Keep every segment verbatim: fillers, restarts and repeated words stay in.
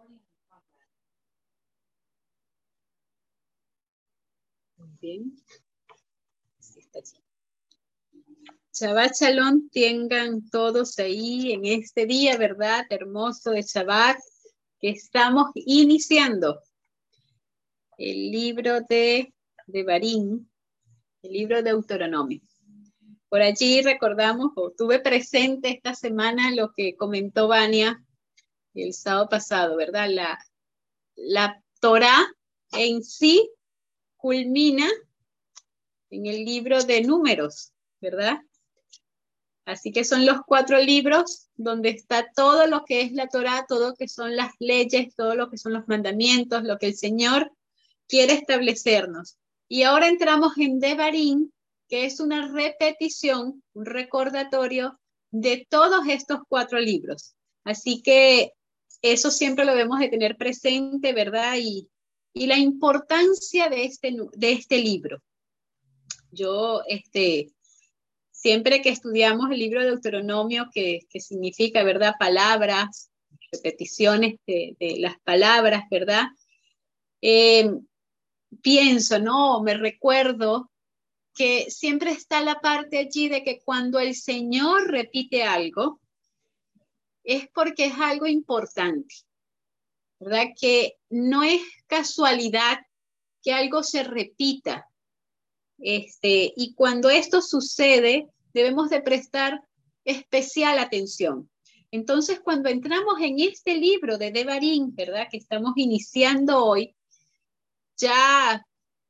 Muy bien. Sí, está allí. Shabbat Shalom tengan todos ahí en este día, ¿verdad? Hermoso de Shabbat, que estamos iniciando el libro de, de Barín, el libro de Deuteronomio. Por allí recordamos, o tuve presente esta semana lo que comentó Vania el sábado pasado, ¿verdad? La, la Torá en sí culmina en el libro de Números, ¿verdad? Así que son los cuatro libros donde está todo lo que es la Torá, todo lo que son las leyes, todo lo que son los mandamientos, lo que el Señor quiere establecernos. Y ahora entramos en Devarim, que es una repetición, un recordatorio de todos estos cuatro libros. Así que eso siempre lo debemos de tener presente, ¿verdad? Y, y la importancia de este, de este libro. Yo, este... Siempre que estudiamos el libro de Deuteronomio, que, que significa, ¿verdad? Palabras, repeticiones de, de las palabras, ¿verdad? Eh, pienso, ¿no? Me recuerdo que siempre está la parte allí de que cuando el Señor repite algo, es porque es algo importante, ¿verdad? Que no es casualidad que algo se repita. Este, y cuando esto sucede, debemos de prestar especial atención. Entonces, cuando entramos en este libro de Devarim, ¿verdad? Que estamos iniciando hoy, ya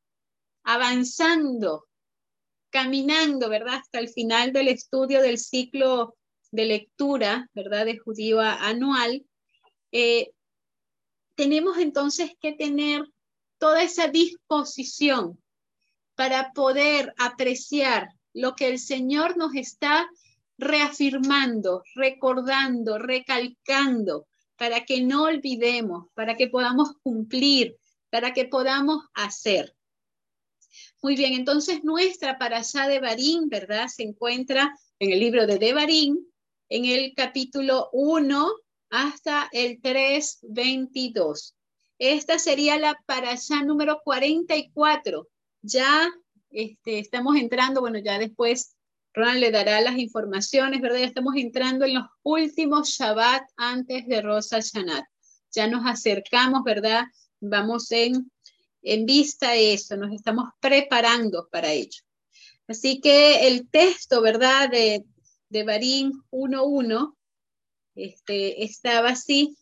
avanzando, caminando, ¿verdad? Hasta el final del estudio del ciclo de lectura, ¿verdad? De judío anual, eh, tenemos entonces que tener toda esa disposición para poder apreciar lo que el Señor nos está reafirmando, recordando, recalcando, para que no olvidemos, para que podamos cumplir, para que podamos hacer. Muy bien, entonces nuestra parashá de Devarim, ¿verdad? Se encuentra en el libro de Devarim, en el capítulo uno hasta el tres veintidós. Esta sería la parashá número cuarenta y cuatro. Ya este, estamos entrando, bueno, ya después Ronald le dará las informaciones, ¿verdad? Ya estamos entrando en los últimos Shabbat antes de Rosh Hashanah. Ya nos acercamos, ¿verdad? Vamos en, en vista a eso, nos estamos preparando para ello. Así que el texto, ¿verdad? De, de Barín uno uno este, estaba así.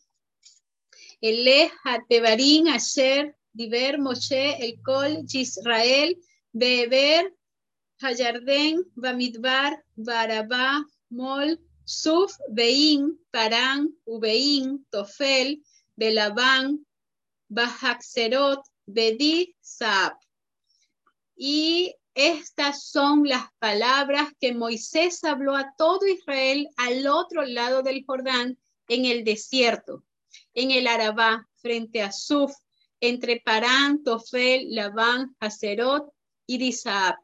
Eleh Hatevarim Asher Diber Moshe El Kol Yisrael Beber Hayarden Bamidbar Barabá Mol Suf Bein Paran Ubein Tofel Belaban Bahaxerot Bedi Saab. Y estas son las palabras que Moisés habló a todo Israel al otro lado del Jordán en el desierto, en el Arabá, frente a Suf, entre Parán, Tofel, Labán, Haserot y Disaab.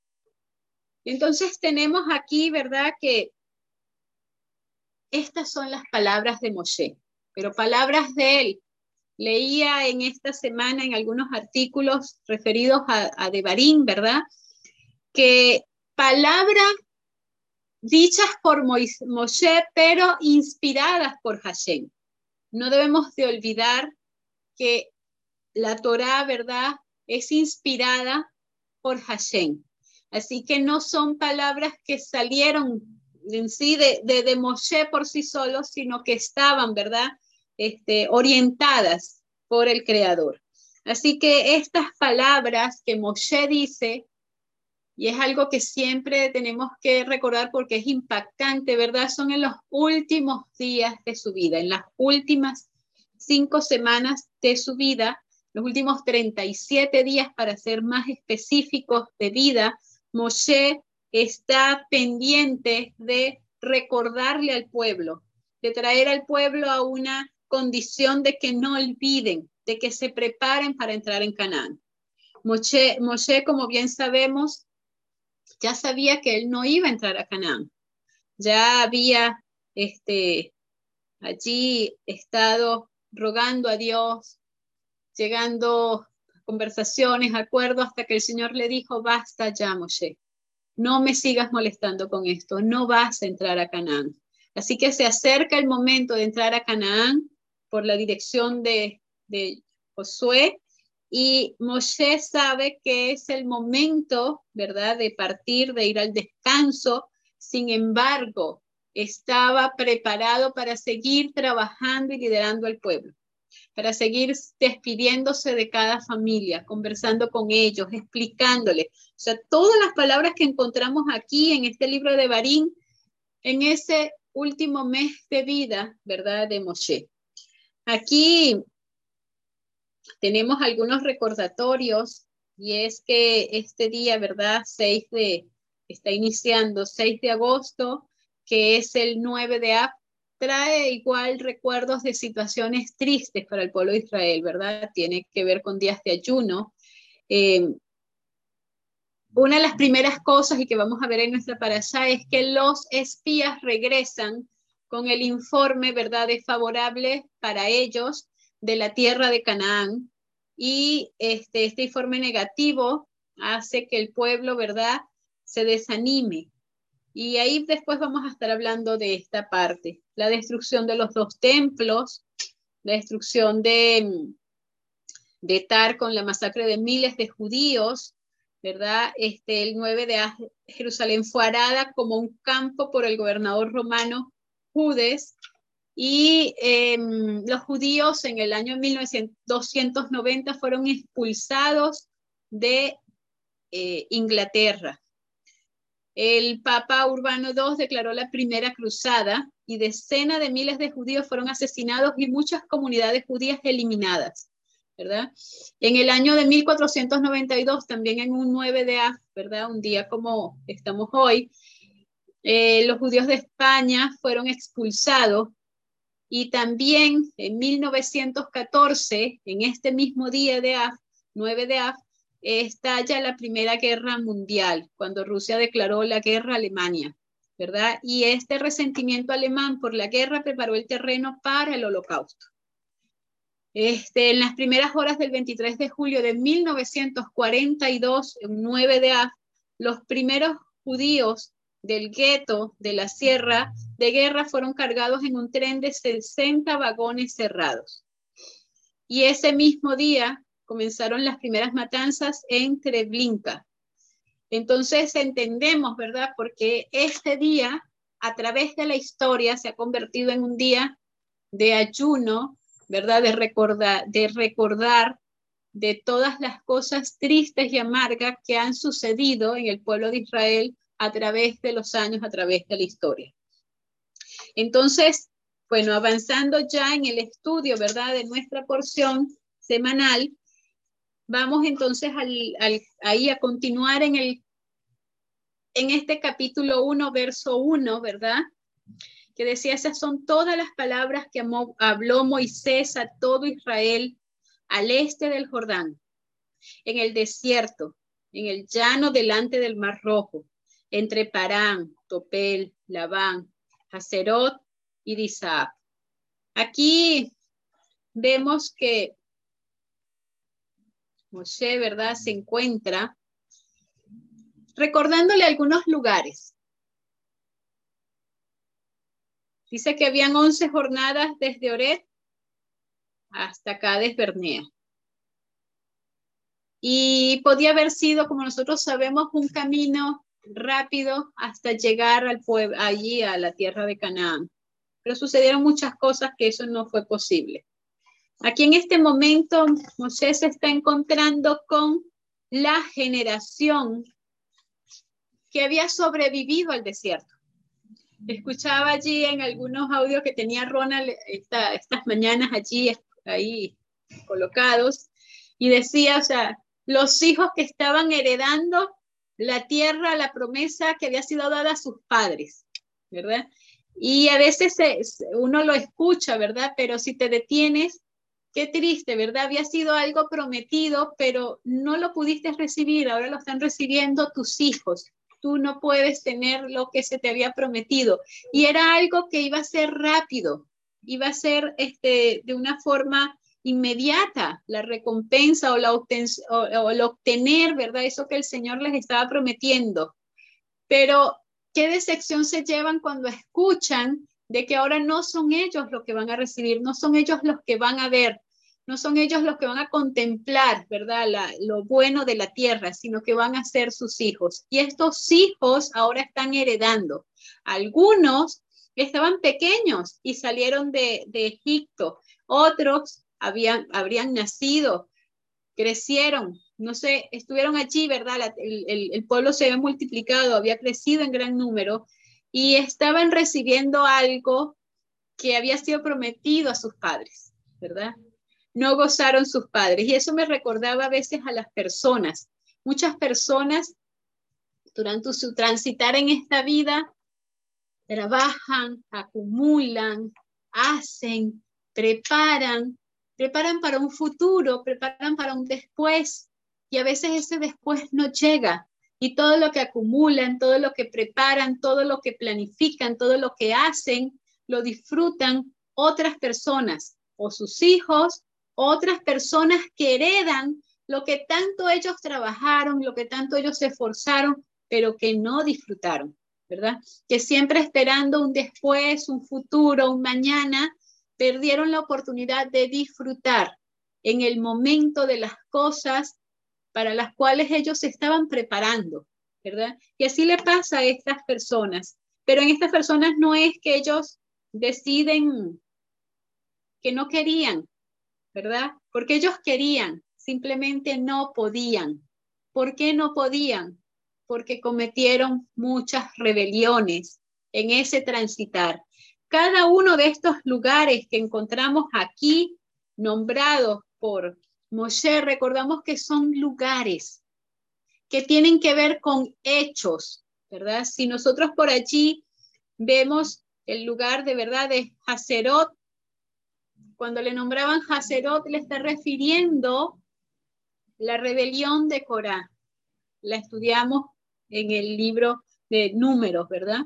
Entonces tenemos aquí, ¿verdad? Que estas son las palabras de Moshe, pero palabras de él. Leía en esta semana en algunos artículos referidos a, a Devarim, ¿verdad? Que palabras dichas por Moshe, pero inspiradas por Hashem. No debemos de olvidar que la Torá, ¿verdad?, es inspirada por Hashem. Así que no son palabras que salieron en sí de, de, de Moshe por sí solos, sino que estaban, ¿verdad?, este, orientadas por el Creador. Así que estas palabras que Moshe dice, y es algo que siempre tenemos que recordar porque es impactante, ¿verdad? Son en los últimos días de su vida, en las últimas cinco semanas de su vida, los últimos treinta y siete días, para ser más específicos, de vida, Moshe está pendiente de recordarle al pueblo, de traer al pueblo a una condición de que no olviden, de que se preparen para entrar en Canaán. Moshe, Moshe, como bien sabemos, ya sabía que él no iba a entrar a Canaán. Ya había este, allí estado rogando a Dios, llegando a conversaciones, acuerdos, hasta que el Señor le dijo, basta ya, Moshe, no me sigas molestando con esto, no vas a entrar a Canaán. Así que se acerca el momento de entrar a Canaán por la dirección de, de Josué, y Moshe sabe que es el momento, ¿verdad?, de partir, de ir al descanso. Sin embargo, estaba preparado para seguir trabajando y liderando al pueblo, para seguir despidiéndose de cada familia, conversando con ellos, explicándoles. O sea, todas las palabras que encontramos aquí en este libro de Devarim, en ese último mes de vida, ¿verdad?, de Moshe. Aquí tenemos algunos recordatorios, y es que este día, ¿verdad?, seis de, está iniciando seis de agosto, que es el nueve de Av, trae igual recuerdos de situaciones tristes para el pueblo de Israel, ¿verdad? Tiene que ver con días de ayuno. Eh, una de las primeras cosas, y que vamos a ver en nuestra parashá, es que los espías regresan con el informe, ¿verdad?, desfavorable para ellos de la tierra de Canaán, y este, este informe negativo hace que el pueblo, ¿verdad?, se desanime. Y ahí después vamos a estar hablando de esta parte, la destrucción de los dos templos, la destrucción de, de Tar con la masacre de miles de judíos, ¿verdad? Este, el nueve de Av, Jerusalén fue arada como un campo por el gobernador romano Judes, y eh, los judíos en el año mil doscientos noventa fueron expulsados de eh, Inglaterra. El Papa Urbano segundo declaró la primera cruzada, y decenas de miles de judíos fueron asesinados y muchas comunidades judías eliminadas, ¿verdad? En el año de mil cuatrocientos noventa y dos, también en un nueve de Av, ¿verdad?, un día como estamos hoy, eh, los judíos de España fueron expulsados. Y también en mil novecientos catorce, en este mismo día de Av, nueve de Av, estalla la Primera Guerra Mundial, cuando Rusia declaró la guerra a Alemania, ¿verdad? Y este resentimiento alemán por la guerra preparó el terreno para el Holocausto. Este, en las primeras horas del veintitrés de julio de mil novecientos cuarenta y dos, en nueve de Av, los primeros judíos del gueto de la Sierra de Guerra fueron cargados en un tren de sesenta vagones cerrados. Y ese mismo día comenzaron las primeras matanzas en Treblinka. Entonces entendemos, ¿verdad?, porque este día, a través de la historia, se ha convertido en un día de ayuno, ¿verdad?, de recordar, de recordar de todas las cosas tristes y amargas que han sucedido en el pueblo de Israel a través de los años, a través de la historia. Entonces, bueno, avanzando ya en el estudio, ¿verdad?, de nuestra porción semanal, vamos entonces al, al, ahí a continuar en, el, en este capítulo uno, verso uno, ¿verdad?, que decía, esas son todas las palabras que amó, habló Moisés a todo Israel al este del Jordán, en el desierto, en el llano delante del Mar Rojo, entre Parán, Topel, Labán, Haserot y Disab. Aquí vemos que Moshe, ¿verdad?, se encuentra recordándole algunos lugares. Dice que habían once jornadas desde Oreb hasta Cades Barnea. Y podía haber sido, como nosotros sabemos, un camino rápido hasta llegar al pueblo, allí a la tierra de Canaán. Pero sucedieron muchas cosas que eso no fue posible. Aquí en este momento Moshe se está encontrando con la generación que había sobrevivido al desierto. Escuchaba allí en algunos audios que tenía Ronald esta, estas mañanas allí ahí colocados, y decía, o sea, los hijos que estaban heredando la tierra, la promesa que había sido dada a sus padres, ¿verdad? Y a veces uno lo escucha, ¿verdad? Pero si te detienes, qué triste, ¿verdad? Había sido algo prometido, pero no lo pudiste recibir, ahora lo están recibiendo tus hijos. Tú no puedes tener lo que se te había prometido. Y era algo que iba a ser rápido. iba a ser este, de una forma inmediata la recompensa o la, obten o, o el obtener, ¿verdad? Eso que el Señor les estaba prometiendo. Pero qué decepción se llevan cuando escuchan de que ahora no son ellos los que van a recibir, no son ellos los que van a ver, no son ellos los que van a contemplar, ¿verdad? La, lo bueno de la tierra, sino que van a ser sus hijos. Y estos hijos ahora están heredando. Algunos estaban pequeños y salieron de, de Egipto. Otros habían, habrían nacido, crecieron, no sé, estuvieron allí, ¿verdad? La, el, el, el pueblo se había multiplicado, había crecido en gran número y estaban recibiendo algo que había sido prometido a sus padres, ¿verdad? No gozaron sus padres. Y eso me recordaba a veces a las personas. Muchas personas durante su transitar en esta vida trabajan, acumulan, hacen, preparan, preparan para un futuro, preparan para un después, y a veces ese después no llega. Y todo lo que acumulan, todo lo que preparan, todo lo que planifican, todo lo que hacen, lo disfrutan otras personas, o sus hijos, otras personas que heredan lo que tanto ellos trabajaron, lo que tanto ellos se esforzaron, pero que no disfrutaron, ¿verdad? Que siempre esperando un después, un futuro, un mañana, perdieron la oportunidad de disfrutar en el momento de las cosas para las cuales ellos se estaban preparando, ¿verdad? Y así le pasa a estas personas. Pero en estas personas no es que ellos deciden que no querían, ¿verdad? Porque ellos querían, simplemente no podían. ¿Por qué no podían? Porque cometieron muchas rebeliones en ese transitar. Cada uno de estos lugares que encontramos aquí, nombrados por Moshe, recordamos que son lugares que tienen que ver con hechos, ¿verdad? Si nosotros por allí vemos el lugar de verdad de Hazerot, cuando le nombraban Hazerot, le está refiriendo la rebelión de Corá. La estudiamos en el libro de Números, ¿verdad?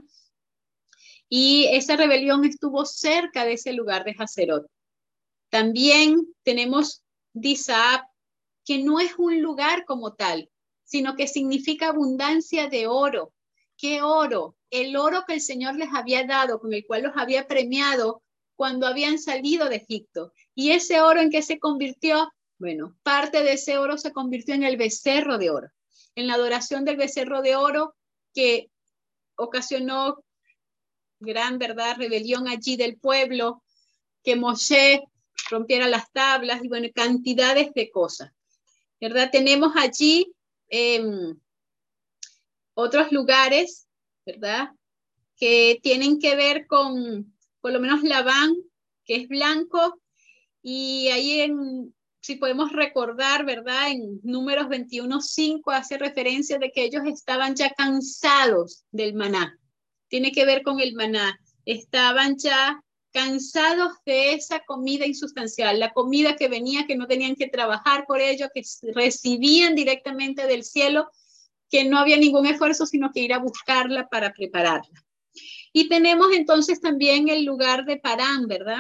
Y esa rebelión estuvo cerca de ese lugar de Hazerot. También tenemos Disaab, que no es un lugar como tal, sino que significa abundancia de oro. ¿Qué oro? El oro que el Señor les había dado, con el cual los había premiado cuando habían salido de Egipto. ¿Y ese oro en qué se convirtió? Bueno, parte de ese oro se convirtió en el becerro de oro, en la adoración del becerro de oro que ocasionó gran, ¿verdad?, rebelión allí del pueblo, que Moshe rompiera las tablas y bueno, cantidades de cosas, ¿verdad? Tenemos allí eh, otros lugares, ¿verdad?, que tienen que ver con, por lo menos Labán, que es blanco, y ahí en, si podemos recordar, ¿verdad?, en Números veintiuno cinco hace referencia de que ellos estaban ya cansados del maná. Tiene que ver con el maná. Estaban ya cansados de esa comida insustancial, la comida que venía, que no tenían que trabajar por ello, que recibían directamente del cielo, que no había ningún esfuerzo, sino que ir a buscarla para prepararla. Y tenemos entonces también el lugar de Parán, ¿verdad?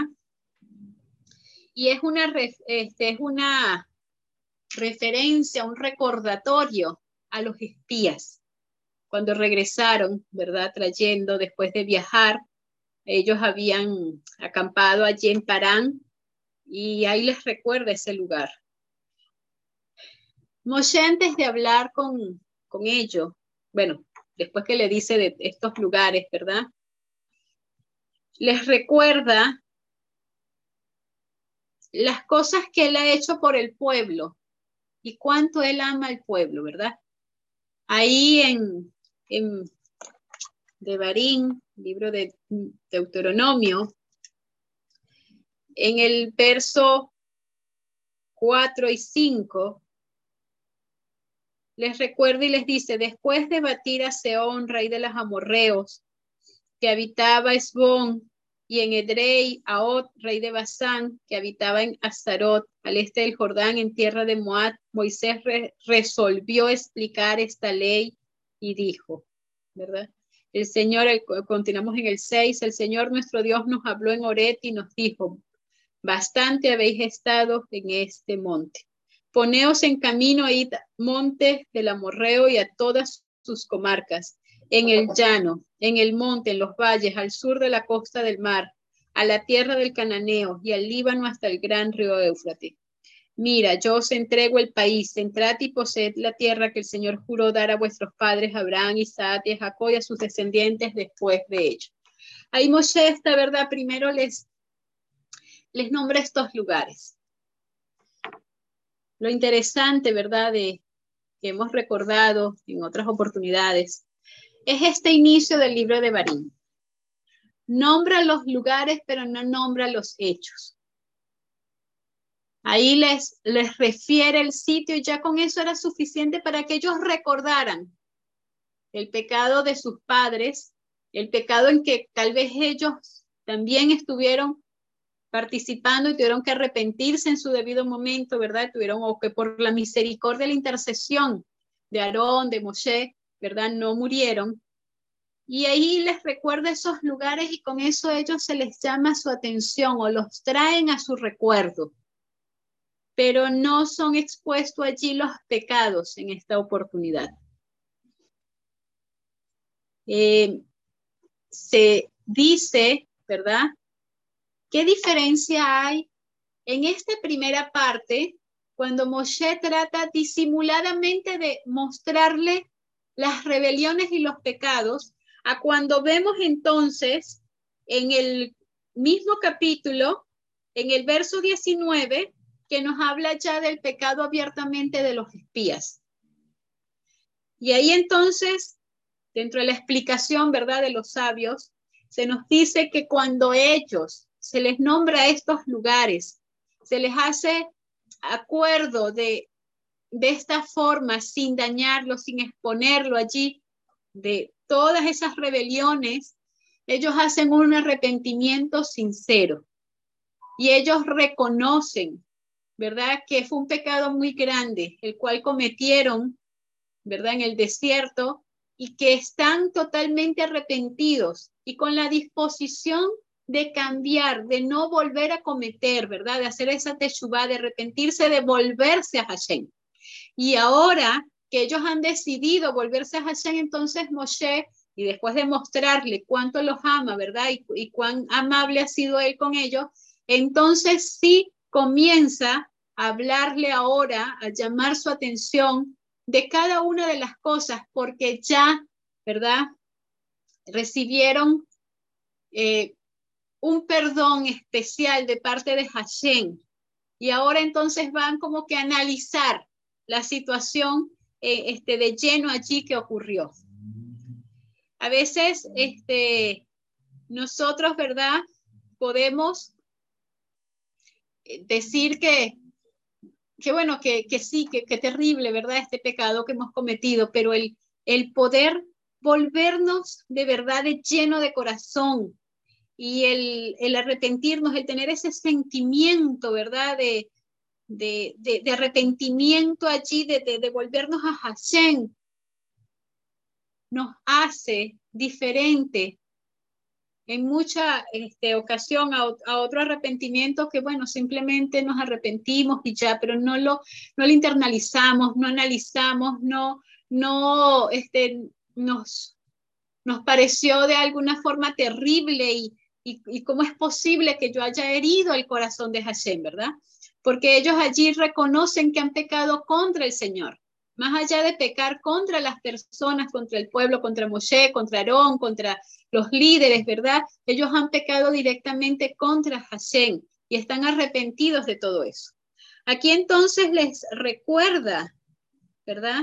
Y es una, este, es una referencia, un recordatorio a los espías. Cuando regresaron, ¿verdad? Trayendo, después de viajar, ellos habían acampado allí en Parán y ahí les recuerda ese lugar. Moshe, antes de hablar con, con ellos, bueno, después que le dice de estos lugares, ¿verdad?, les recuerda las cosas que él ha hecho por el pueblo y cuánto él ama al pueblo, ¿verdad? Ahí en, en Devarim, libro de Deuteronomio, en el verso cuatro y cinco, les recuerda y les dice: después de batir a Sehón, rey de los amorreos, que habitaba Esbón, y en Edrei a Og, rey de Basán, que habitaba en Astarot, al este del Jordán, en tierra de Moab, Moisés re resolvió explicar esta ley y dijo, ¿verdad? El Señor, el, continuamos en el seis, el Señor nuestro Dios nos habló en Horeb y nos dijo, bastante habéis estado en este monte. Poneos en camino a ir monte del Amorreo y a todas sus comarcas, en el llano, en el monte, en los valles, al sur de la costa del mar, a la tierra del Cananeo y al Líbano hasta el gran río Éufrates. Mira, yo os entrego el país, entrad y poseed la tierra que el Señor juró dar a vuestros padres, Abraham, Isaac y Jacob y a sus descendientes después de ellos. Ahí Moshe, esta verdad, primero les, les nombra estos lugares. Lo interesante, ¿verdad?, de, que hemos recordado en otras oportunidades, es este inicio del libro de Barín. Nombra los lugares, pero no nombra los hechos. Ahí les, les refiere el sitio y ya con eso era suficiente para que ellos recordaran el pecado de sus padres, el pecado en que tal vez ellos también estuvieron participando y tuvieron que arrepentirse en su debido momento, ¿verdad? Tuvieron, o que por la misericordia de la intercesión de Aarón, de Moshe, ¿verdad? No murieron. Y ahí les recuerda esos lugares y con eso ellos se les llama su atención o los traen a su recuerdo. Pero no son expuestos allí los pecados en esta oportunidad. Eh, se dice, ¿verdad? ¿Qué diferencia hay en esta primera parte cuando Moshe trata disimuladamente de mostrarle las rebeliones y los pecados, a cuando vemos entonces en el mismo capítulo, en el verso diecinueve, que nos habla ya del pecado abiertamente de los espías? Y ahí entonces, dentro de la explicación, ¿verdad?, de los sabios, se nos dice que cuando ellos se les nombra a estos lugares, se les hace acuerdo de, de esta forma, sin dañarlo, sin exponerlo allí, de todas esas rebeliones, ellos hacen un arrepentimiento sincero. Y ellos reconocen, ¿verdad?, que fue un pecado muy grande, el cual cometieron, ¿verdad?, en el desierto, y que están totalmente arrepentidos y con la disposición de cambiar, de no volver a cometer, ¿verdad?, de hacer esa teshuvá, de arrepentirse, de volverse a Hashem. Y ahora que ellos han decidido volverse a Hashem, entonces Moshe, y después de mostrarle cuánto los ama, ¿verdad?, y, y cuán amable ha sido él con ellos, entonces sí comienza a hablarle ahora, a llamar su atención de cada una de las cosas, porque ya, ¿verdad?, recibieron eh, un perdón especial de parte de Hashem. Y ahora entonces van como que a analizar la situación eh, este, de lleno allí que ocurrió. A veces este, nosotros, ¿verdad?, podemos decir que que bueno, que, que sí, que, que terrible, ¿verdad?, este pecado que hemos cometido, pero el, el poder volvernos de verdad de lleno de corazón y el, el arrepentirnos, el tener ese sentimiento, ¿verdad?, de, de, de, de arrepentimiento allí, de, de, de volvernos a Hashem, nos hace diferente en mucha este, ocasión a, a otro arrepentimiento que, bueno, simplemente nos arrepentimos y ya, pero no lo, no lo internalizamos, no analizamos, no, no este, nos, nos pareció de alguna forma terrible y, y, y cómo es posible que yo haya herido el corazón de Hashem, ¿verdad? Porque ellos allí reconocen que han pecado contra el Señor. Más allá de pecar contra las personas, contra el pueblo, contra Moshe, contra Aarón, contra los líderes, ¿verdad? Ellos han pecado directamente contra Hashem y están arrepentidos de todo eso. Aquí entonces les recuerda, ¿verdad?,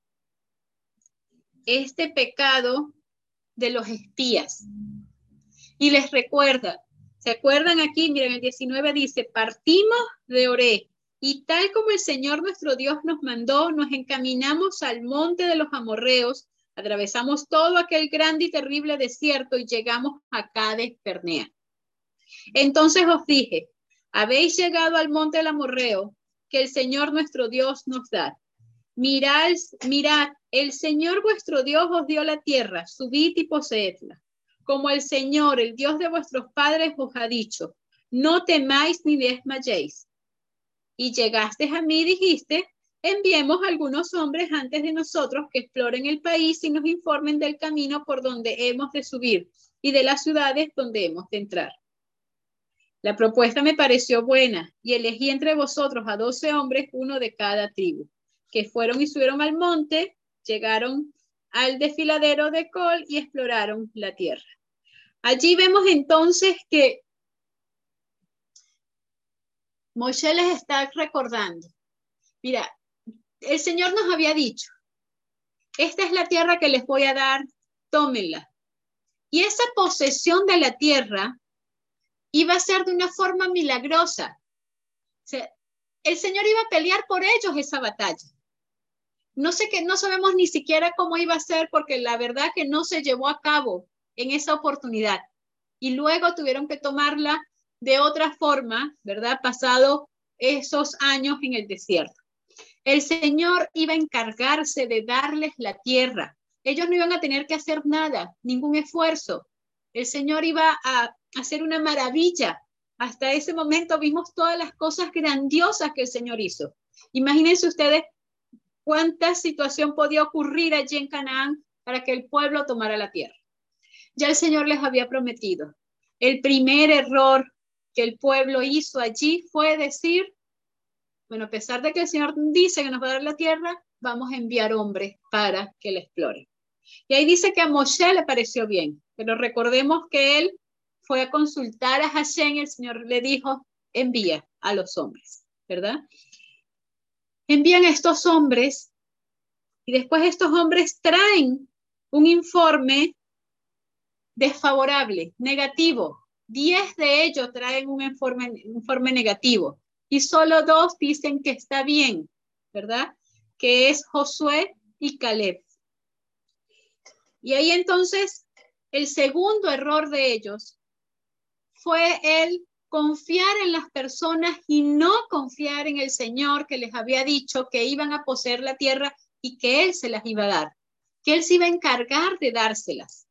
este pecado de los espías. Y les recuerda, ¿se acuerdan aquí? Miren, el diecinueve dice, partimos de Oré. Y tal como el Señor nuestro Dios nos mandó, nos encaminamos al monte de los amorreos, atravesamos todo aquel grande y terrible desierto y llegamos a Cades Barnea. Entonces os dije, habéis llegado al monte del amorreo que el Señor nuestro Dios nos da. Mirad, mirad el Señor vuestro Dios os dio la tierra, subid y poseedla. Como el Señor, el Dios de vuestros padres, os ha dicho, no temáis ni desmayéis. Y llegaste a mí y dijiste, enviemos algunos hombres antes de nosotros que exploren el país y nos informen del camino por donde hemos de subir y de las ciudades donde hemos de entrar. La propuesta me pareció buena y elegí entre vosotros a doce hombres, uno de cada tribu, que fueron y subieron al monte, llegaron al desfiladero de Col y exploraron la tierra. Allí vemos entonces que Moshe les está recordando. Mira, el Señor nos había dicho, esta es la tierra que les voy a dar, tómenla. Y esa posesión de la tierra iba a ser de una forma milagrosa. O sea, el Señor iba a pelear por ellos esa batalla. No sé qué, no sabemos ni siquiera cómo iba a ser, porque la verdad que no se llevó a cabo en esa oportunidad. Y luego tuvieron que tomarla de otra forma, ¿verdad? Pasado esos años en el desierto. El Señor iba a encargarse de darles la tierra. Ellos no iban a tener que hacer nada, ningún esfuerzo. El Señor iba a hacer una maravilla. Hasta ese momento vimos todas las cosas grandiosas que el Señor hizo. Imagínense ustedes cuánta situación podía ocurrir allí en Canaán para que el pueblo tomara la tierra. Ya el Señor les había prometido. El primer error que el pueblo hizo allí fue decir, bueno, a pesar de que el Señor dice que nos va a dar la tierra, vamos a enviar hombres para que la exploren. Y ahí dice que a Moshe le pareció bien, pero recordemos que él fue a consultar a Hashem y el Señor le dijo, envía a los hombres, ¿verdad? Envían a estos hombres y después estos hombres traen un informe desfavorable, negativo. Diez de ellos traen un informe, un informe negativo y solo dos dicen que está bien, ¿verdad? Que es Josué y Caleb. Y ahí entonces el segundo error de ellos fue el confiar en las personas y no confiar en el Señor que les había dicho que iban a poseer la tierra y que Él se las iba a dar, que Él se iba a encargar de dárselas.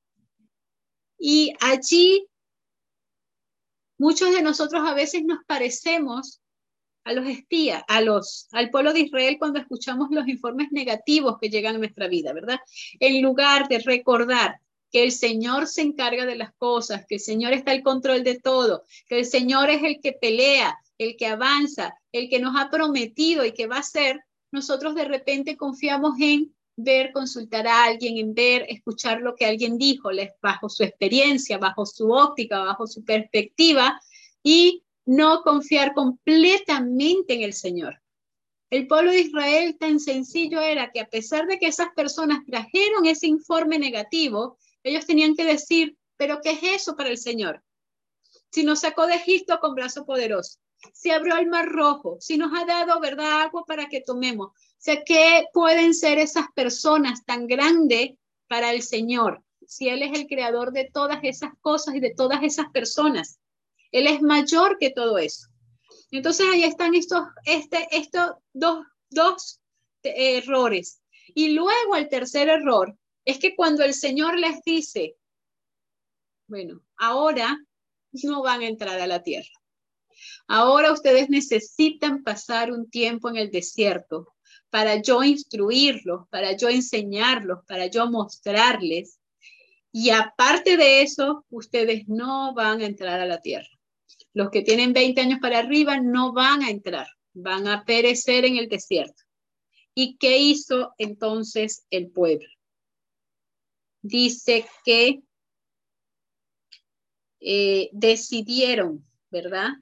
Y allí muchos de nosotros a veces nos parecemos a los espías, a los, al pueblo de Israel cuando escuchamos los informes negativos que llegan a nuestra vida, ¿verdad? En lugar de recordar que el Señor se encarga de las cosas, que el Señor está al control de todo, que el Señor es el que pelea, el que avanza, el que nos ha prometido y que va a hacer, nosotros de repente confiamos en ver, consultar a alguien, en ver, escuchar lo que alguien dijo, bajo su experiencia, bajo su óptica, bajo su perspectiva, y no confiar completamente en el Señor. El pueblo de Israel tan sencillo era que a pesar de que esas personas trajeron ese informe negativo, ellos tenían que decir, ¿pero qué es eso para el Señor? Si nos sacó de Egipto con brazo poderoso, si abrió el mar rojo, si nos ha dado, ¿verdad?, agua para que tomemos. O sea, ¿qué pueden ser esas personas tan grandes para el Señor? Si Él es el creador de todas esas cosas y de todas esas personas. Él es mayor que todo eso. Entonces ahí están estos, este, estos dos, dos eh, errores. Y luego el tercer error es que cuando el Señor les dice, bueno, ahora no van a entrar a la tierra. Ahora ustedes necesitan pasar un tiempo en el desierto para yo instruirlos, para yo enseñarlos, para yo mostrarles. Y aparte de eso, ustedes no van a entrar a la tierra. Los que tienen veinte años para arriba no van a entrar, van a perecer en el desierto. ¿Y qué hizo entonces el pueblo? Dice que eh, decidieron, ¿verdad?,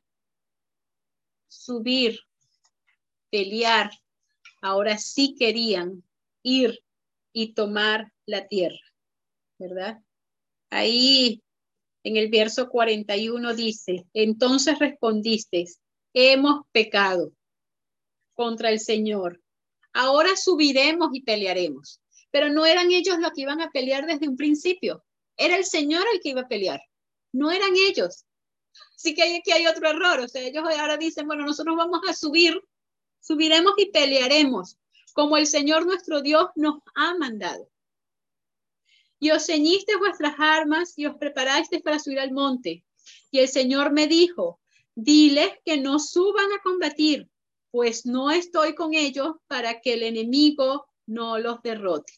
subir, pelear. Ahora sí querían ir y tomar la tierra, ¿verdad? Ahí en el verso cuarenta y uno dice, entonces respondisteis, hemos pecado contra el Señor. Ahora subiremos y pelearemos. Pero no eran ellos los que iban a pelear desde un principio. Era el Señor el que iba a pelear. No eran ellos. Así que aquí hay otro error. O sea, ellos ahora dicen, bueno, nosotros vamos a subir, subiremos y pelearemos como el Señor nuestro Dios nos ha mandado. Y os ceñisteis vuestras armas y os preparasteis para subir al monte. Y el Señor me dijo, diles que no suban a combatir, pues no estoy con ellos para que el enemigo no los derrote.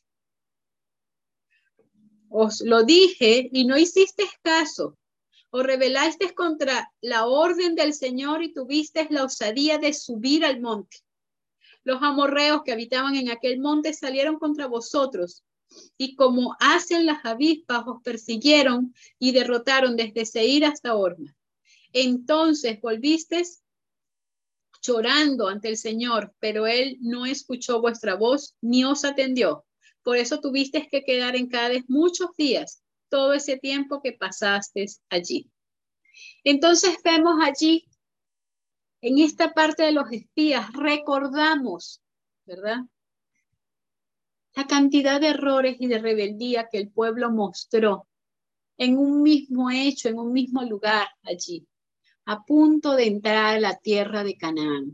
Os lo dije y no hicisteis caso. Os rebelasteis contra la orden del Señor y tuvisteis la osadía de subir al monte. Los amorreos que habitaban en aquel monte salieron contra vosotros, y como hacen las avispas, os persiguieron y derrotaron desde Seir hasta Horma. Entonces volvisteis llorando ante el Señor, pero él no escuchó vuestra voz ni os atendió. Por eso tuvisteis que quedar en Cades muchos días, todo ese tiempo que pasasteis allí. Entonces vemos allí, en esta parte de los espías, recordamos, ¿verdad?, la cantidad de errores y de rebeldía que el pueblo mostró en un mismo hecho, en un mismo lugar allí, a punto de entrar a la tierra de Canaán.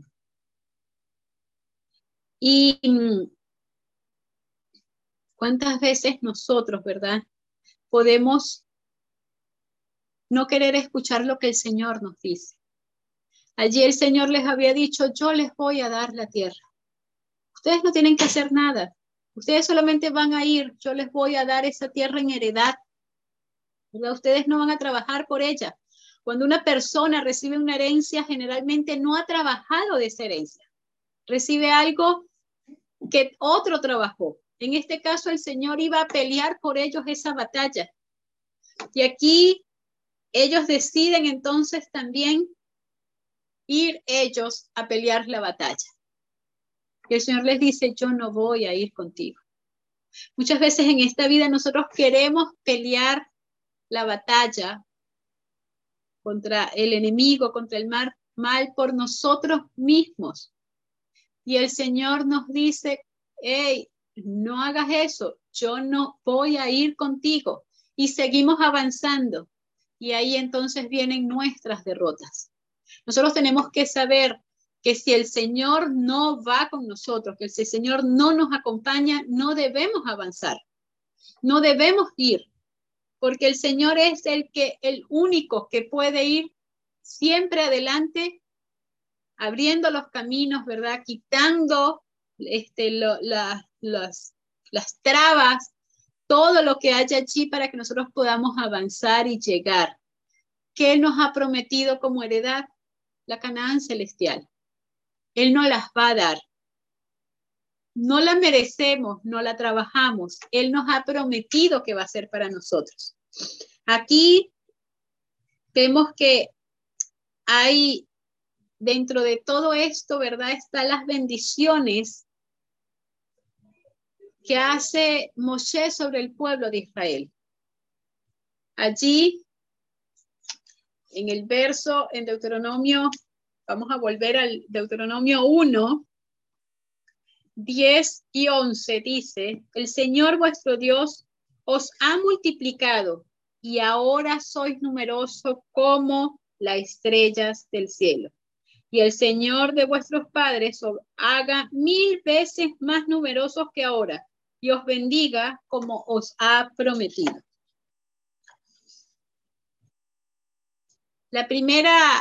Y cuántas veces nosotros, ¿verdad?, podemos no querer escuchar lo que el Señor nos dice. Allí el Señor les había dicho, yo les voy a dar la tierra. Ustedes no tienen que hacer nada. Ustedes solamente van a ir, yo les voy a dar esa tierra en heredad. ¿Verdad? Ustedes no van a trabajar por ella. Cuando una persona recibe una herencia, generalmente no ha trabajado de esa herencia. Recibe algo que otro trabajó. En este caso, el Señor iba a pelear por ellos esa batalla. Y aquí ellos deciden entonces también ir ellos a pelear la batalla. Y el Señor les dice, yo no voy a ir contigo. Muchas veces en esta vida nosotros queremos pelear la batalla contra el enemigo, contra el mal, mal por nosotros mismos. Y el Señor nos dice, hey, no hagas eso, yo no voy a ir contigo. Y seguimos avanzando. Y ahí entonces vienen nuestras derrotas. Nosotros tenemos que saber que si el Señor no va con nosotros, que si el Señor no nos acompaña, no debemos avanzar, no debemos ir, porque el Señor es el que, el único que puede ir siempre adelante, abriendo los caminos, ¿verdad? Quitando este, lo, la, las, las trabas, todo lo que haya allí para que nosotros podamos avanzar y llegar. ¿Qué Él nos ha prometido como heredad? La Canaán celestial. Él no las va a dar. No la merecemos, no la trabajamos. Él nos ha prometido que va a ser para nosotros. Aquí vemos que hay, dentro de todo esto, ¿verdad?, están las bendiciones que hace Moshe sobre el pueblo de Israel. Allí, en el verso, en Deuteronomio, vamos a volver al Deuteronomio uno, diez y once, dice, el Señor vuestro Dios os ha multiplicado y ahora sois numerosos como las estrellas del cielo. Y el Señor de vuestros padres os haga mil veces más numerosos que ahora y os bendiga como os ha prometido. La primera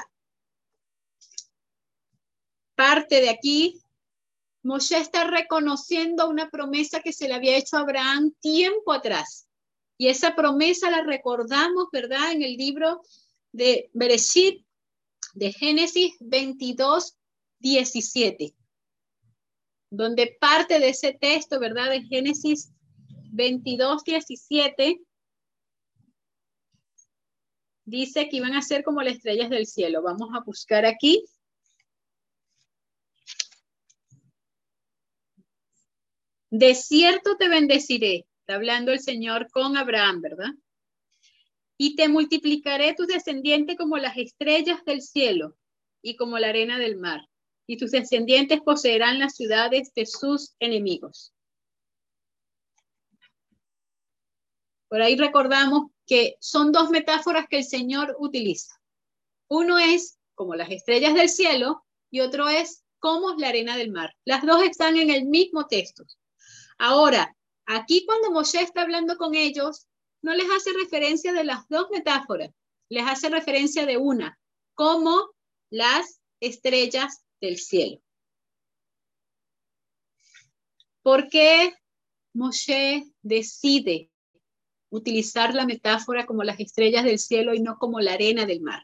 parte de aquí, Moshe está reconociendo una promesa que se le había hecho a Abraham tiempo atrás. Y esa promesa la recordamos, ¿verdad?, en el libro de Bereshit, de Génesis veintidós, diecisiete. Donde parte de ese texto, ¿verdad?, de Génesis veintidós, diecisiete, dice que iban a ser como las estrellas del cielo. Vamos a buscar aquí. De cierto te bendeciré, está hablando el Señor con Abraham, ¿verdad? Y te multiplicaré tus descendientes como las estrellas del cielo y como la arena del mar. Y tus descendientes poseerán las ciudades de sus enemigos. Por ahí recordamos que son dos metáforas que el Señor utiliza. Uno es como las estrellas del cielo y otro es como la arena del mar. Las dos están en el mismo texto. Ahora, aquí cuando Moshe está hablando con ellos, no les hace referencia de las dos metáforas, les hace referencia de una, como las estrellas del cielo. ¿Por qué Moshe decide utilizar la metáfora como las estrellas del cielo y no como la arena del mar?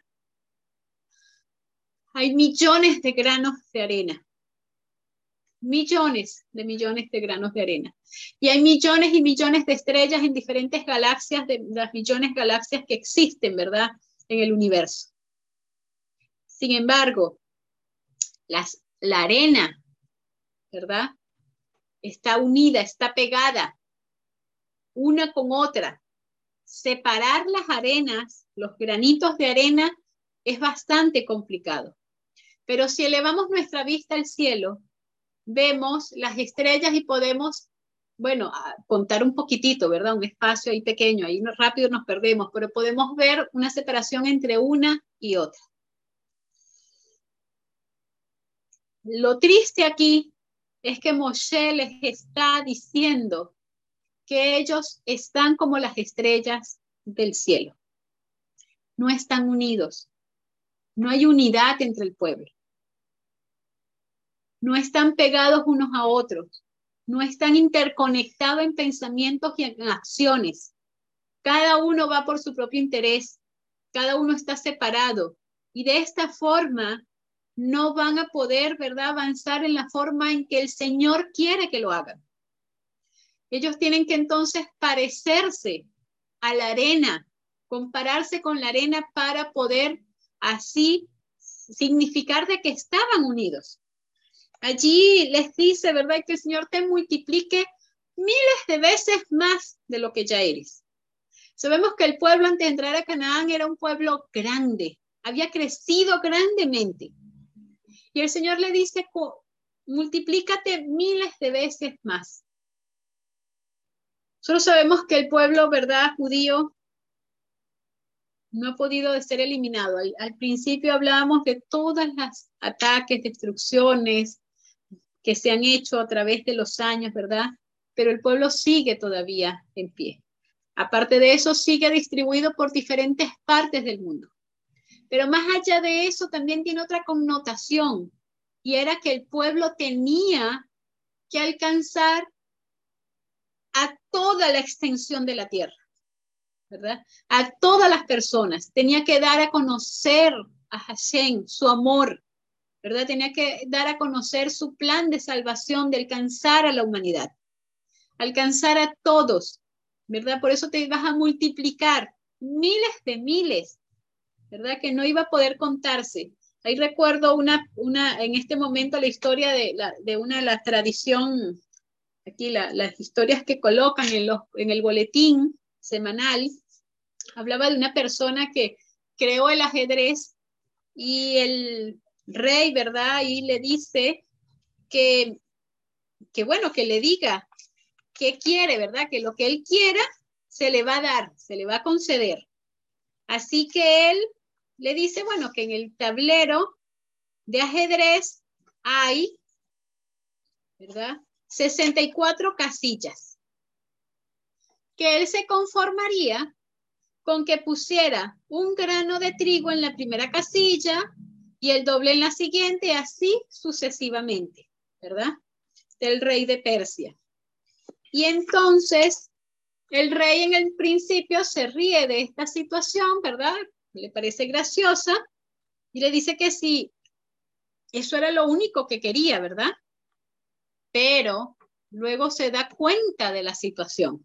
Hay millones de granos de arena, millones de millones de granos de arena. Y hay millones y millones de estrellas en diferentes galaxias, de las millones de galaxias que existen, ¿verdad?, en el universo. Sin embargo, las, la arena, ¿verdad?, está unida, está pegada una con otra. Separar las arenas, los granitos de arena, es bastante complicado. Pero si elevamos nuestra vista al cielo, vemos las estrellas y podemos, bueno, contar un poquitito, ¿verdad? Un espacio ahí pequeño, ahí rápido nos perdemos, pero podemos ver una separación entre una y otra. Lo triste aquí es que Moshe les está diciendo que ellos están como las estrellas del cielo. No están unidos. No hay unidad entre el pueblo. No están pegados unos a otros. No están interconectados en pensamientos y en acciones. Cada uno va por su propio interés. Cada uno está separado. Y de esta forma no van a poder, ¿verdad?, avanzar en la forma en que el Señor quiere que lo hagan. Ellos tienen que entonces parecerse a la arena, compararse con la arena para poder así significar de que estaban unidos. Allí les dice, ¿verdad?, que el Señor te multiplique miles de veces más de lo que ya eres. Sabemos que el pueblo antes de entrar a Canaán era un pueblo grande, había crecido grandemente. Y el Señor le dice, multiplícate miles de veces más. Nosotros sabemos que el pueblo, ¿verdad?, judío no ha podido ser eliminado. Al, al principio hablábamos de todas las ataques, destrucciones que se han hecho a través de los años, ¿verdad? Pero el pueblo sigue todavía en pie. Aparte de eso, sigue distribuido por diferentes partes del mundo. Pero más allá de eso, también tiene otra connotación, y era que el pueblo tenía que alcanzar a toda la extensión de la tierra, ¿verdad? A todas las personas. Tenía que dar a conocer a Hashem su amor, ¿verdad? Tenía que dar a conocer su plan de salvación, de alcanzar a la humanidad, alcanzar a todos, ¿verdad? Por eso te vas a multiplicar miles de miles, ¿verdad?, que no iba a poder contarse. Ahí recuerdo una, una en este momento la historia de, la, de una la tradición, aquí la, las historias que colocan en, los, en el boletín semanal, hablaba de una persona que creó el ajedrez y el rey, ¿verdad?, y le dice que, que bueno, que le diga qué quiere, ¿verdad?, que lo que él quiera se le va a dar, se le va a conceder. Así que él le dice, bueno, que en el tablero de ajedrez hay, ¿verdad?, sesenta y cuatro casillas, que él se conformaría con que pusiera un grano de trigo en la primera casilla y el doble en la siguiente, así sucesivamente, ¿verdad?, del rey de Persia. Y entonces el rey en el principio se ríe de esta situación, ¿verdad?, le parece graciosa y le dice que sí, eso era lo único que quería, ¿verdad? Pero luego se da cuenta de la situación.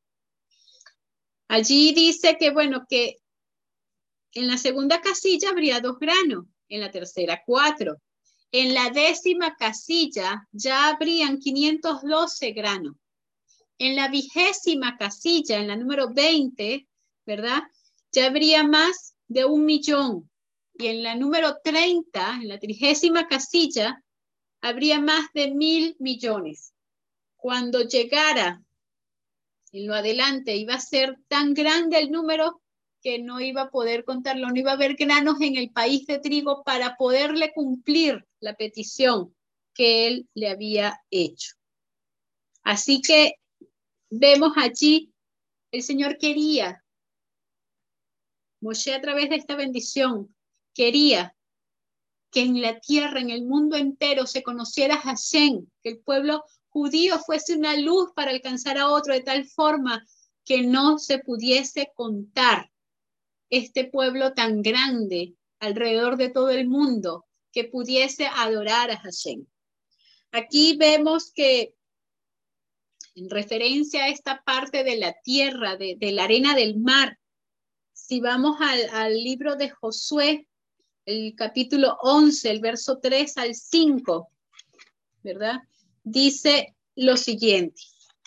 Allí dice que, bueno, que en la segunda casilla habría dos granos, en la tercera cuatro. En la décima casilla ya habrían quinientos doce granos. En la vigésima casilla, en la número veinte, ¿verdad?, ya habría más de un millón. Y en la número treinta, en la trigésima casilla, habría más de mil millones. Cuando llegara en lo adelante, iba a ser tan grande el número que no iba a poder contarlo, no iba a haber granos en el país de trigo para poderle cumplir la petición que él le había hecho. Así que vemos allí, el Señor quería, Moshe a través de esta bendición, quería que en la tierra, en el mundo entero, se conociera Hashem, que el pueblo judío fuese una luz para alcanzar a otro, de tal forma que no se pudiese contar este pueblo tan grande alrededor de todo el mundo, que pudiese adorar a Hashem. Aquí vemos que, en referencia a esta parte de la tierra, de, de la arena del mar, si vamos al, al libro de Josué, el capítulo once, el verso tres al cinco, ¿verdad? Dice lo siguiente: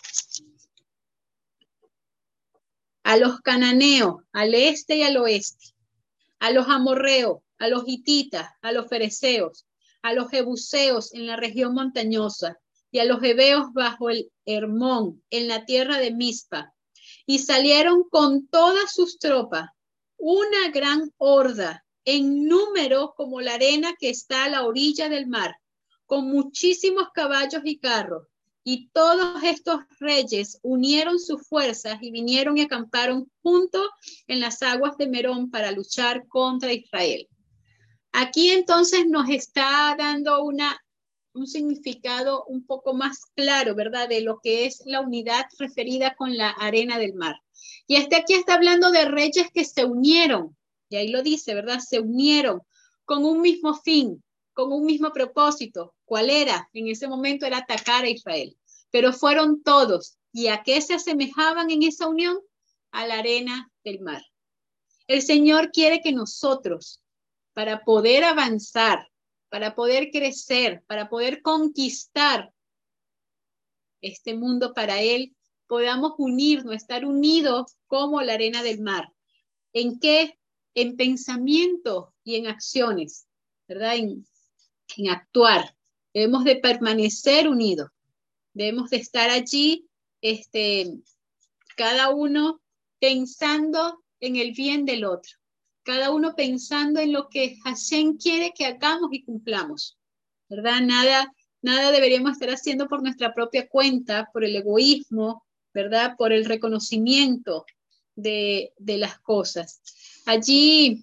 a los cananeos, al este y al oeste, a los amorreos, a los hititas, a los fereceos, a los jebuseos en la región montañosa, y a los heveos bajo el Hermón, en la tierra de Mizpa. Y salieron con todas sus tropas, una gran horda, en número como la arena que está a la orilla del mar, con muchísimos caballos y carros. Y todos estos reyes unieron sus fuerzas y vinieron y acamparon juntos en las aguas de Merón para luchar contra Israel. Aquí entonces nos está dando una, un significado un poco más claro, ¿verdad? De lo que es la unidad referida con la arena del mar. Y este aquí está hablando de reyes que se unieron, y ahí lo dice, ¿verdad? Se unieron con un mismo fin, con un mismo propósito. ¿Cuál era? En ese momento era atacar a Israel. Pero fueron todos. ¿Y a qué se asemejaban en esa unión? A la arena del mar. El Señor quiere que nosotros, para poder avanzar, para poder crecer, para poder conquistar este mundo para Él, podamos unirnos, estar unidos como la arena del mar. ¿En qué? En pensamiento y en acciones, ¿verdad? En, en actuar. Debemos de permanecer unidos. Debemos de estar allí, este, cada uno pensando en el bien del otro. Cada uno pensando en lo que Hashem quiere que hagamos y cumplamos, ¿verdad? Nada, nada deberíamos estar haciendo por nuestra propia cuenta, por el egoísmo, ¿verdad? Por el reconocimiento de, de las cosas. Allí,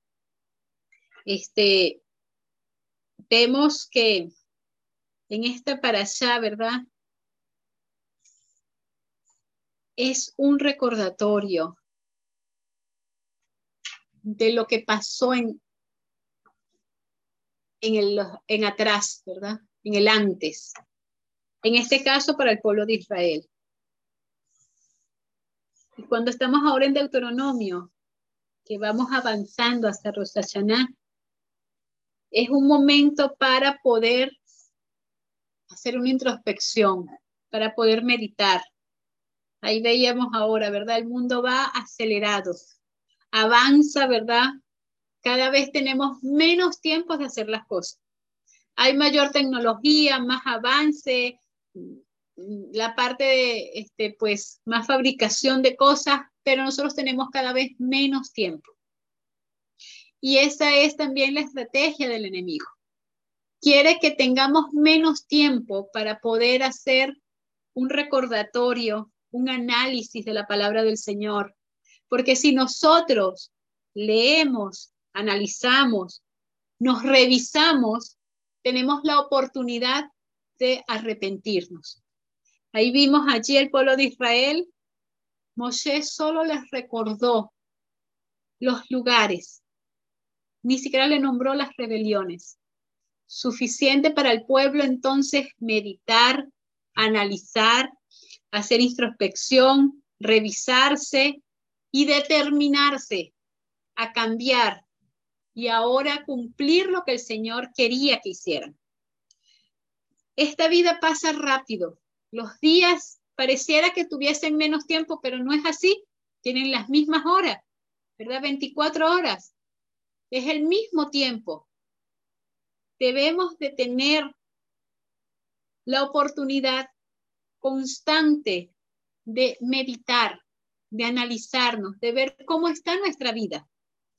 este, vemos que en esta parashá, ¿verdad? Es un recordatorio de lo que pasó en, en, el, en atrás, ¿verdad? En el antes. En este caso, para el pueblo de Israel. Y cuando estamos ahora en Deuteronomio, que vamos avanzando hasta Rosh Hashanah, es un momento para poder hacer una introspección, para poder meditar. Ahí veíamos ahora, ¿verdad? El mundo va acelerado, avanza, ¿verdad? Cada vez tenemos menos tiempo de hacer las cosas. Hay mayor tecnología, más avance, la parte de, este, pues, más fabricación de cosas, pero nosotros tenemos cada vez menos tiempo. Y esa es también la estrategia del enemigo. Quiere que tengamos menos tiempo para poder hacer un recordatorio, un análisis de la palabra del Señor. Porque si nosotros leemos, analizamos, nos revisamos, tenemos la oportunidad de arrepentirnos. Ahí vimos allí el pueblo de Israel. Moshe solo les recordó los lugares, ni siquiera le nombró las rebeliones. Suficiente para el pueblo entonces meditar, analizar, hacer introspección, revisarse y determinarse a cambiar y ahora cumplir lo que el Señor quería que hicieran. Esta vida pasa rápido. Los días pareciera que tuviesen menos tiempo, pero no es así. Tienen las mismas horas, ¿verdad? veinticuatro horas. Es el mismo tiempo. Debemos de tener la oportunidad constante de meditar, de analizarnos, de ver cómo está nuestra vida,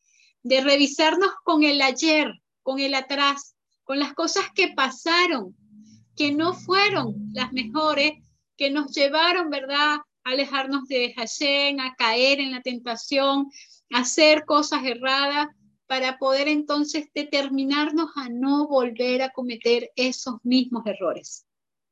de revisarnos con el ayer, con el atrás, con las cosas que pasaron, que no fueron las mejores, que nos llevaron, ¿verdad?, a alejarnos de Hashem, a caer en la tentación, a hacer cosas erradas, para poder entonces determinarnos a no volver a cometer esos mismos errores.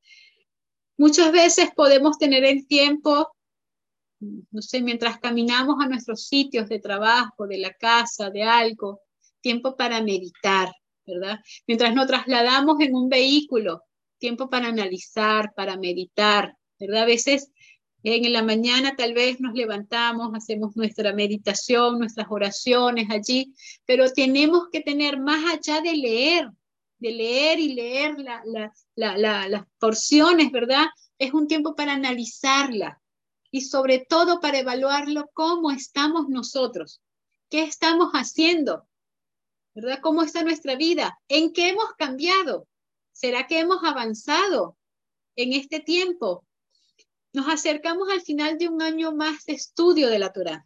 Muchas veces podemos tener el tiempo, no sé, mientras caminamos a nuestros sitios de trabajo, de la casa, de algo, tiempo para meditar, ¿verdad? Mientras nos trasladamos en un vehículo, tiempo para analizar, para meditar, ¿verdad? A veces en la mañana tal vez nos levantamos, hacemos nuestra meditación, nuestras oraciones allí, pero tenemos que tener más allá de leer, de leer y leer la, la, la, la, las porciones, ¿verdad? Es un tiempo para analizarla y sobre todo para evaluarlo cómo estamos nosotros, qué estamos haciendo, ¿verdad? ¿Cómo está nuestra vida? ¿En qué hemos cambiado? ¿Será que hemos avanzado en este tiempo? Nos acercamos al final de un año más de estudio de la Torá.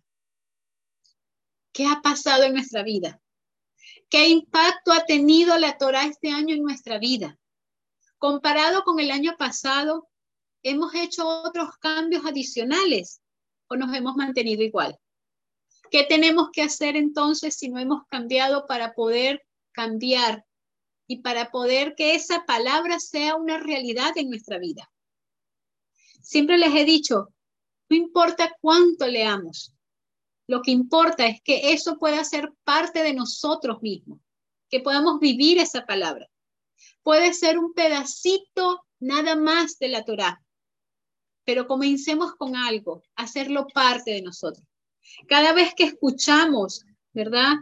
¿Qué ha pasado en nuestra vida? ¿Qué impacto ha tenido la Torá este año en nuestra vida? Comparado con el año pasado, ¿hemos hecho otros cambios adicionales o nos hemos mantenido igual? ¿Qué tenemos que hacer entonces si no hemos cambiado para poder cambiar y para poder que esa palabra sea una realidad en nuestra vida? Siempre les he dicho, no importa cuánto leamos, lo que importa es que eso pueda ser parte de nosotros mismos, que podamos vivir esa palabra. Puede ser un pedacito nada más de la Torá, pero comencemos con algo, hacerlo parte de nosotros. Cada vez que escuchamos, ¿verdad?,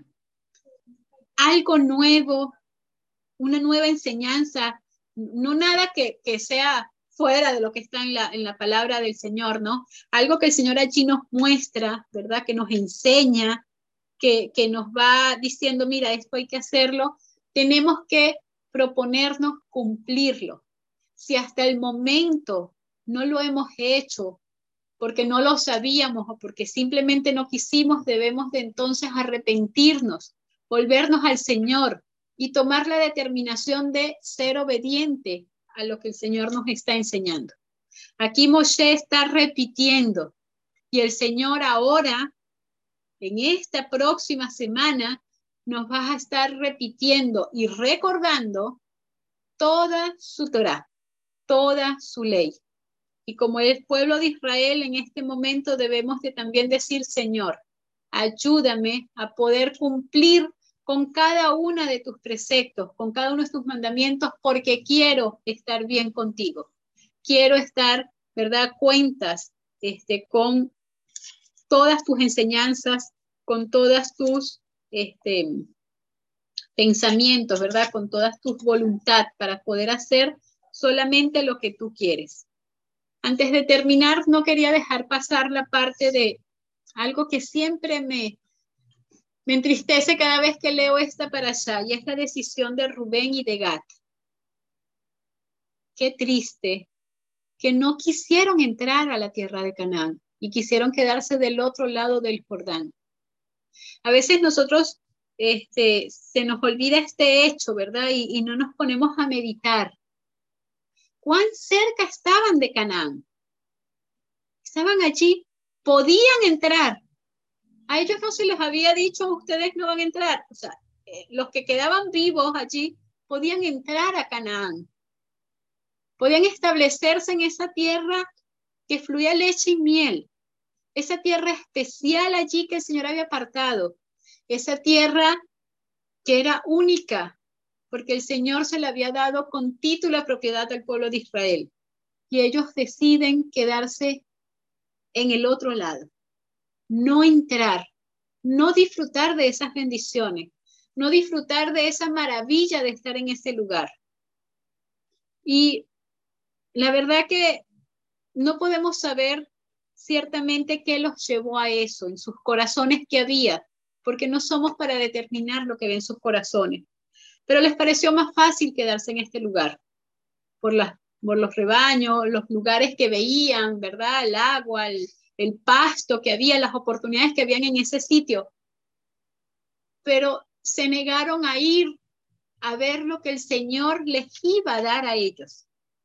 algo nuevo, una nueva enseñanza, no nada que, que sea fuera de lo que está en la, en la palabra del Señor, ¿no? Algo que el Señor allí nos muestra, ¿verdad?, que nos enseña, que, que nos va diciendo, mira, esto hay que hacerlo, tenemos que proponernos cumplirlo. Si hasta el momento no lo hemos hecho porque no lo sabíamos o porque simplemente no quisimos, debemos de entonces arrepentirnos, volvernos al Señor y tomar la determinación de ser obediente a lo que el Señor nos está enseñando. Aquí Moshe está repitiendo y el Señor ahora, en esta próxima semana, nos va a estar repitiendo y recordando toda su Torá, toda su ley. Y como el pueblo de Israel en este momento debemos de también decir, Señor, ayúdame a poder cumplir con cada uno de tus preceptos, con cada uno de tus mandamientos, porque quiero estar bien contigo. Quiero estar, ¿verdad?, cuentas este, con todas tus enseñanzas, con todas tus este, pensamientos, ¿verdad?, con todas tus voluntad para poder hacer solamente lo que tú quieres. Antes de terminar, no quería dejar pasar la parte de algo que siempre me, me entristece cada vez que leo esta parashá, y es la decisión de Rubén y de Gad. Qué triste que no quisieron entrar a la tierra de Canaán y quisieron quedarse del otro lado del Jordán. A veces nosotros este, se nos olvida este hecho, ¿verdad? Y, y no nos ponemos a meditar. ¿Cuán cerca estaban de Canaán? Estaban allí, podían entrar. A ellos no se les había dicho, ustedes no van a entrar. O sea, eh, los que quedaban vivos allí podían entrar a Canaán. Podían establecerse en esa tierra que fluía leche y miel. Esa tierra especial allí que el Señor había apartado. Esa tierra que era única, porque el Señor se la había dado con título de propiedad al pueblo de Israel. Y ellos deciden quedarse en el otro lado. No entrar, no disfrutar de esas bendiciones, no disfrutar de esa maravilla de estar en ese lugar. Y la verdad que no podemos saber ciertamente qué los llevó a eso, en sus corazones que había, porque no somos para determinar lo que ven sus corazones. Pero les pareció más fácil quedarse en este lugar, por, la, por los rebaños, los lugares que veían, ¿verdad? El agua, el, el pasto que había, las oportunidades que habían en ese sitio. Pero se negaron a ir a ver lo que el Señor les iba a dar a ellos.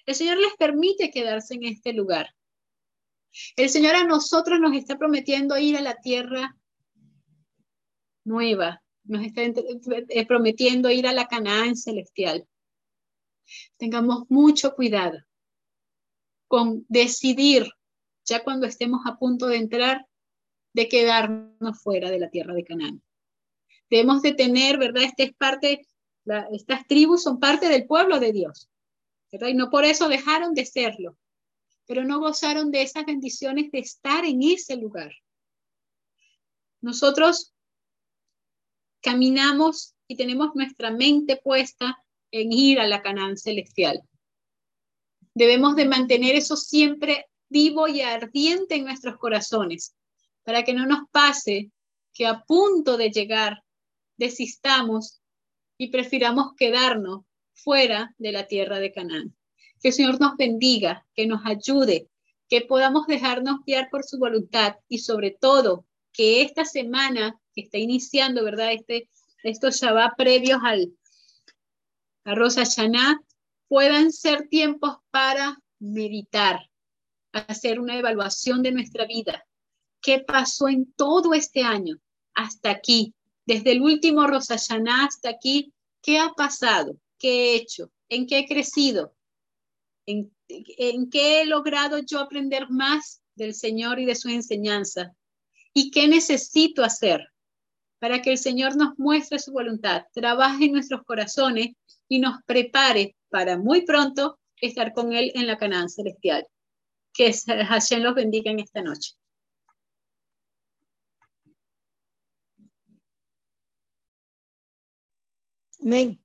El Señor les permite quedarse en este lugar. El Señor a nosotros nos está prometiendo ir a la tierra nueva, nos está prometiendo ir a la Canaán celestial. Tengamos mucho cuidado con decidir, ya cuando estemos a punto de entrar, de quedarnos fuera de la tierra de Canaán. Debemos de tener, ¿verdad? Esta es parte, la, estas tribus son parte del pueblo de Dios, ¿verdad? Y no por eso dejaron de serlo, pero no gozaron de esas bendiciones de estar en ese lugar. Nosotros caminamos y tenemos nuestra mente puesta en ir a la Canaán celestial. Debemos de mantener eso siempre vivo y ardiente en nuestros corazones, para que no nos pase que a punto de llegar desistamos y prefiramos quedarnos fuera de la tierra de Canaán. Que el Señor nos bendiga, que nos ayude, que podamos dejarnos guiar por su voluntad y sobre todo que esta semana que está iniciando, ¿verdad? Este, estos Shabbat previos al a Rosh Hashanah puedan ser tiempos para meditar, hacer una evaluación de nuestra vida. ¿Qué pasó en todo este año hasta aquí? Desde el último Rosh Hashanah hasta aquí, ¿qué ha pasado? ¿Qué he hecho? ¿En qué he crecido? ¿En, en qué he logrado yo aprender más del Señor y de su enseñanza? ¿Y qué necesito hacer para que el Señor nos muestre su voluntad, trabaje en nuestros corazones y nos prepare para muy pronto estar con Él en la Canaán celestial? Que Hashem los bendiga en esta noche. Amén.